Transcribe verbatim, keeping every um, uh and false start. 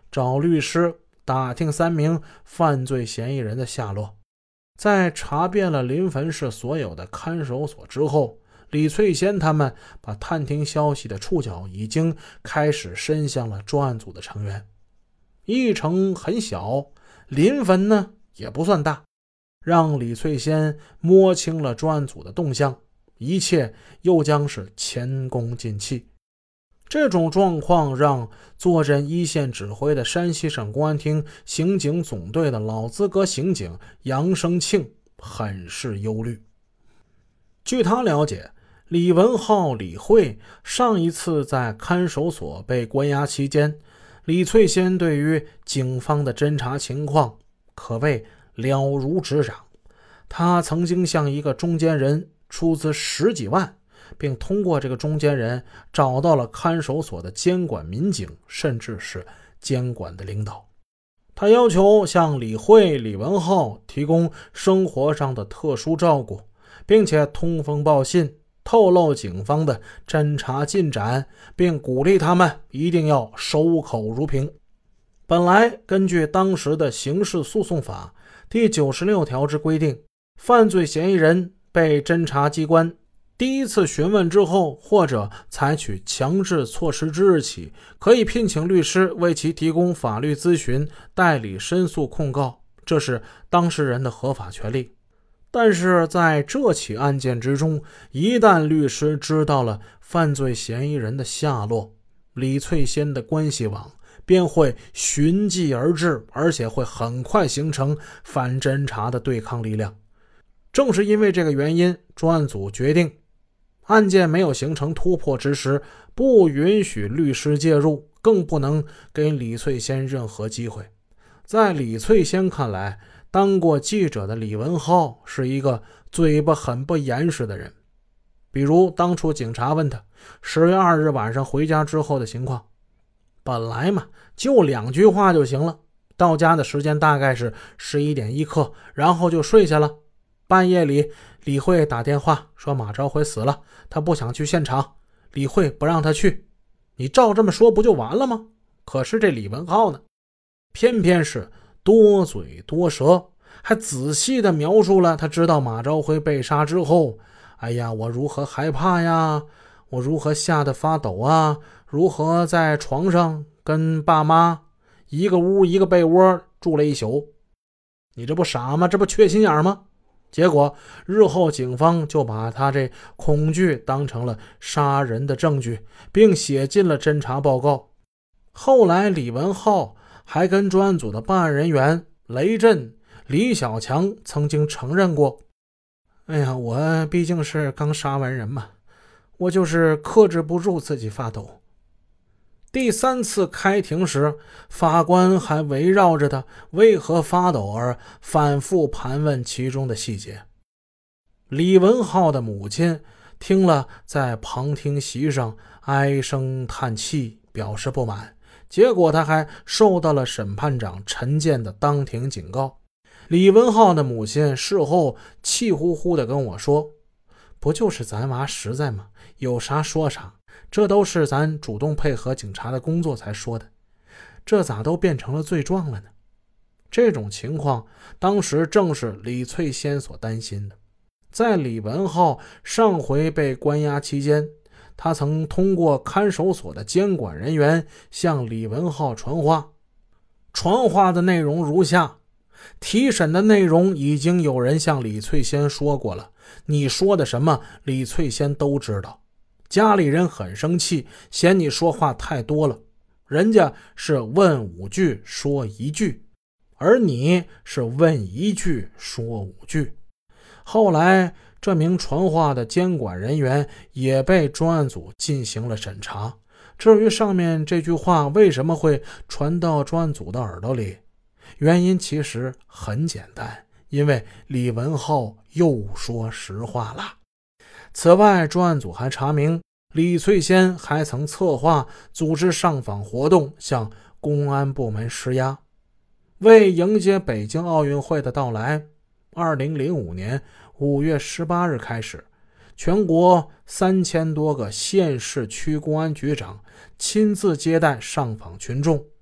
找律师打听三名犯罪嫌疑人的下落。在查遍了临汾市所有的看守所之后，李翠仙他们把探听消息的触角已经开始伸向了专案组的成员。义城很小，临汾呢也不算大，让李翠仙摸清了专案组的动向，一切又将是前功尽弃。这种状况让坐镇一线指挥的山西省公安厅刑警总队的老资格刑警杨生庆很是忧虑。据他了解，李文浩、李慧上一次在看守所被关押期间，李翠仙对于警方的侦查情况可谓了如指掌。他曾经向一个中间人出资十几万，并通过这个中间人找到了看守所的监管民警，甚至是监管的领导。他要求向李慧、李文浩提供生活上的特殊照顾，并且通风报信，透露警方的侦查进展，并鼓励他们一定要守口如瓶。本来根据当时的刑事诉讼法第九十六条之规定，犯罪嫌疑人被侦查机关第一次询问之后，或者采取强制措施之日起，可以聘请律师为其提供法律咨询、代理申诉控告，这是当事人的合法权利。但是在这起案件之中，一旦律师知道了犯罪嫌疑人的下落，李翠仙的关系网便会循迹而至，而且会很快形成反侦查的对抗力量。正是因为这个原因，专案组决定案件没有形成突破之时，不允许律师介入，更不能给李翠仙任何机会。在李翠仙看来，当过记者的李文浩是一个嘴巴很不严实的人。比如当初警察问他十月二日晚上回家之后的情况，本来嘛就两句话就行了，到家的时间大概是十一点一刻，然后就睡下了。半夜里李慧打电话说马朝辉死了，他不想去现场，李慧不让他去。你照这么说不就完了吗？可是这李文浩呢，偏偏是多嘴多舌，还仔细地描述了他知道马朝辉被杀之后，哎呀，我如何害怕呀，我如何吓得发抖啊，如何在床上跟爸妈一个屋一个被窝住了一宿。你这不傻吗？这不缺心眼吗？结果日后警方就把他这恐惧当成了杀人的证据，并写进了侦查报告。后来李文浩还跟专案组的办案人员雷震、李小强曾经承认过，哎呀，我毕竟是刚杀完人嘛，我就是克制不住自己发抖。第三次开庭时，法官还围绕着他为何发抖而反复盘问其中的细节。李文浩的母亲听了，在旁听席上唉声叹气，表示不满。结果他还受到了审判长陈健的当庭警告。李文浩的母亲事后气呼呼地跟我说，不就是咱娃实在吗？有啥说啥，这都是咱主动配合警察的工作才说的，这咋都变成了罪状了呢？这种情况当时正是李翠仙所担心的。在李文浩上回被关押期间，他曾通过看守所的监管人员向李文浩传话，传话的内容如下：提审的内容已经有人向李翠仙说过了，你说的什么李翠仙都知道。家里人很生气，嫌你说话太多了，人家是问五句说一句，而你是问一句说五句。后来这名传话的监管人员也被专案组进行了审查。至于上面这句话为什么会传到专案组的耳朵里，原因其实很简单，因为李文浩又说实话了。此外，专案组还查明李翠仙还曾策划组织上访活动，向公安部门施压。为迎接北京奥运会的到来，二零零五年五月十八日开始，全国三千多个县市区公安局长亲自接待上访群众，